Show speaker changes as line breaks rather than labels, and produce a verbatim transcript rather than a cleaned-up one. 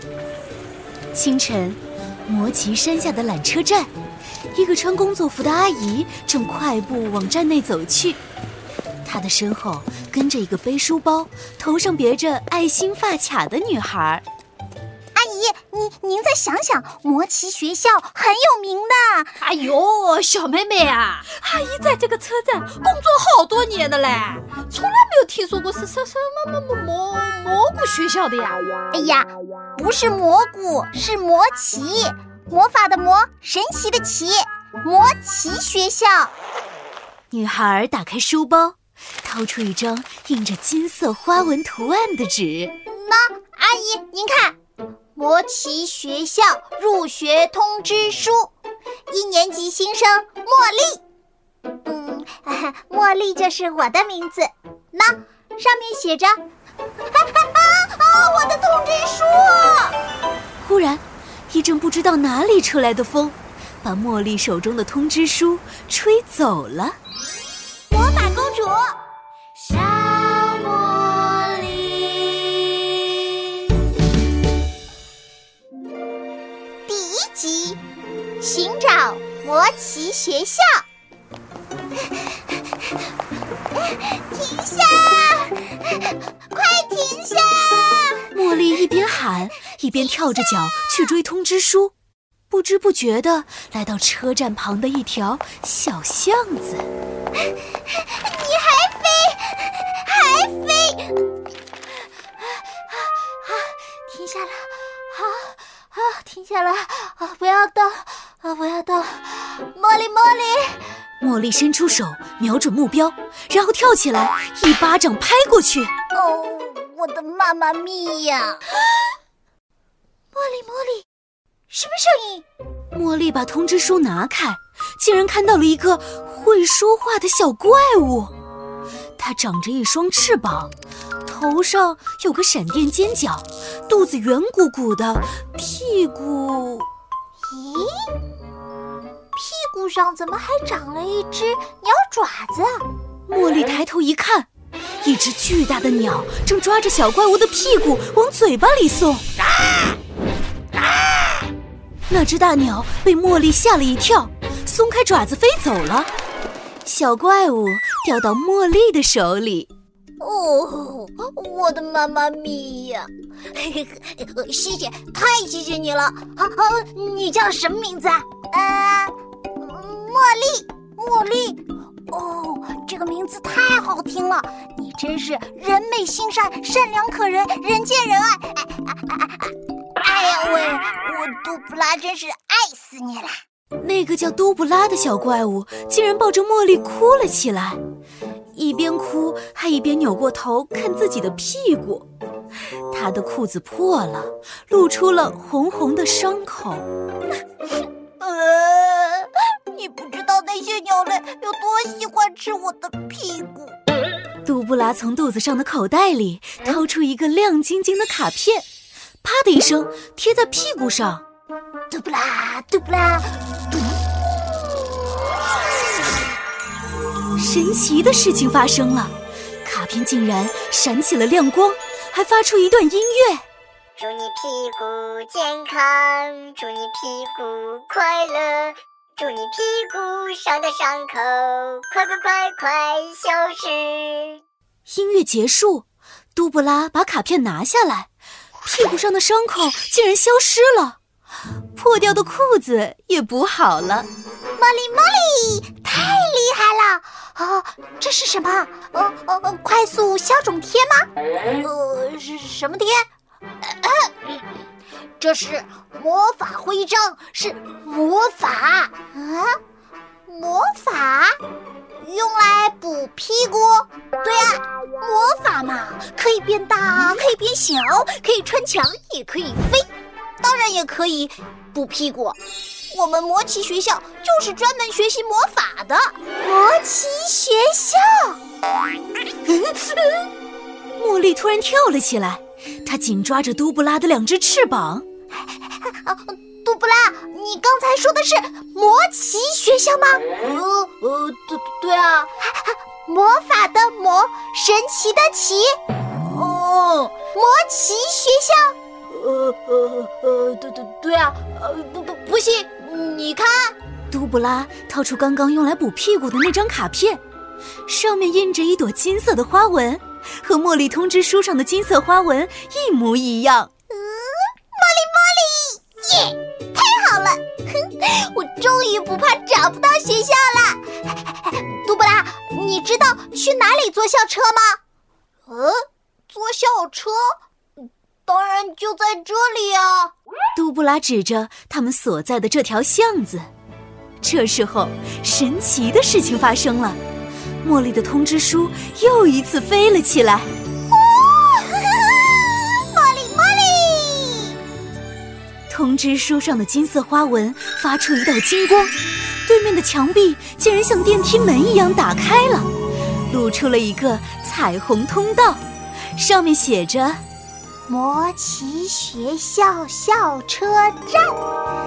清晨，魔奇山下的缆车站，一个穿工作服的阿姨正快步往站内走去。她的身后跟着一个背书包、头上别着爱心发卡的女孩。
阿姨，您您再想想，魔奇学校很有名的。
哎呦，小妹妹啊，阿姨在这个车站工作好多年的嘞，从来没有听说过是什什么么蘑蘑菇学校的呀。
哎呀，不是蘑菇，是魔奇，魔法的魔，神奇的奇，魔奇学校。
女孩打开书包，掏出一张印着金色花纹图案的纸。
那阿姨您看，魔奇学校入学通知书，一年级新生茉莉。嗯，啊、茉莉就是我的名字。那上面写着，啊啊，我的通知书！
忽然，一阵不知道哪里出来的风，把茉莉手中的通知书吹走了。
魔法公主，
小茉莉。
第一集，寻找魔奇学校。停下！快停下！
茉莉一边喊，一边跳着脚去追通知书，不知不觉地来到车站旁的一条小巷子。
你还飞，还飞！啊，停下来！啊啊，停下来！啊，不要动！啊，不要动！茉莉，茉莉！
茉莉伸出手，瞄准目标，然后跳起来，一巴掌拍过去。
哦，我的妈妈咪呀！茉莉，茉莉，什么声音？
茉莉把通知书拿开，竟然看到了一个会说话的小怪物。它长着一双翅膀，头上有个闪电尖角，肚子圆鼓鼓的，屁股……
咦，屁股上怎么还长了一只鸟爪子？
茉莉抬头一看，一只巨大的鸟正抓着小怪物的屁股往嘴巴里送。啊啊、那只大鸟被茉莉吓了一跳，松开爪子飞走了。小怪物掉到茉莉的手里。
哦，我的妈妈咪呀！谢谢，太谢谢你了。啊啊，你叫什么名字啊？呃，茉莉，茉莉。哦，这个名字太好听了。你真是人美心善，善良可人，人见人爱。哎哎哎哎哎呀喂，我杜布拉真是爱死你了。
那个叫杜布拉的小怪物竟然抱着茉莉哭了起来，一边哭还一边扭过头看自己的屁股。他的裤子破了，露出了红红的伤口。
呃，你不知道那些鸟类有多喜欢吃我的屁股。
杜布拉从肚子上的口袋里掏出一个亮晶晶的卡片，啪的一声贴在屁股上。
杜布拉，杜布拉，嘟！
神奇的事情发生了，卡片竟然闪起了亮光，还发出一段音乐。
祝你屁股健康，祝你屁股快乐，祝你屁股上的伤口快快快快消失。
音乐结束，杜布拉把卡片拿下来，屁股上的伤口竟然消失了，破掉的裤子也补好了。
茉莉，茉莉，太厉害了！啊，这是什么？呃呃，快速消肿贴吗？呃，是什么贴？呃、这是魔法徽章，是魔法啊！魔法用来补屁股？对啊，魔法嘛，可以变大，可以变小，可以穿墙，也可以飞，当然也可以补屁股。我们魔奇学校就是专门学习魔法的。魔奇学校。
茉莉突然跳了起来，她紧抓着杜布拉的两只翅膀。
杜布拉，你刚才说的是魔奇学校吗？呃呃，对对啊。魔法的魔，神奇的奇。哦，魔奇学校。呃呃呃，对对对啊，呃不不不信，你看。
杜布拉掏出刚刚用来补屁股的那张卡片，上面印着一朵金色的花纹，和茉莉通知书上的金色花纹一模一样。
嗯，茉莉茉莉，耶，太好了！哼，我终于不怕找不到学校了。杜布拉，你知道去哪里坐校车吗？呃，坐校车？当然就在这里啊！
杜布拉指着他们所在的这条巷子。这时候，神奇的事情发生了，茉莉的通知书又一次飞了起来。
哦，茉莉茉莉！
通知书上的金色花纹发出一道金光，对面的墙壁竟然像电梯门一样打开了，露出了一个彩虹通道，上面写着
魔奇学校校车站。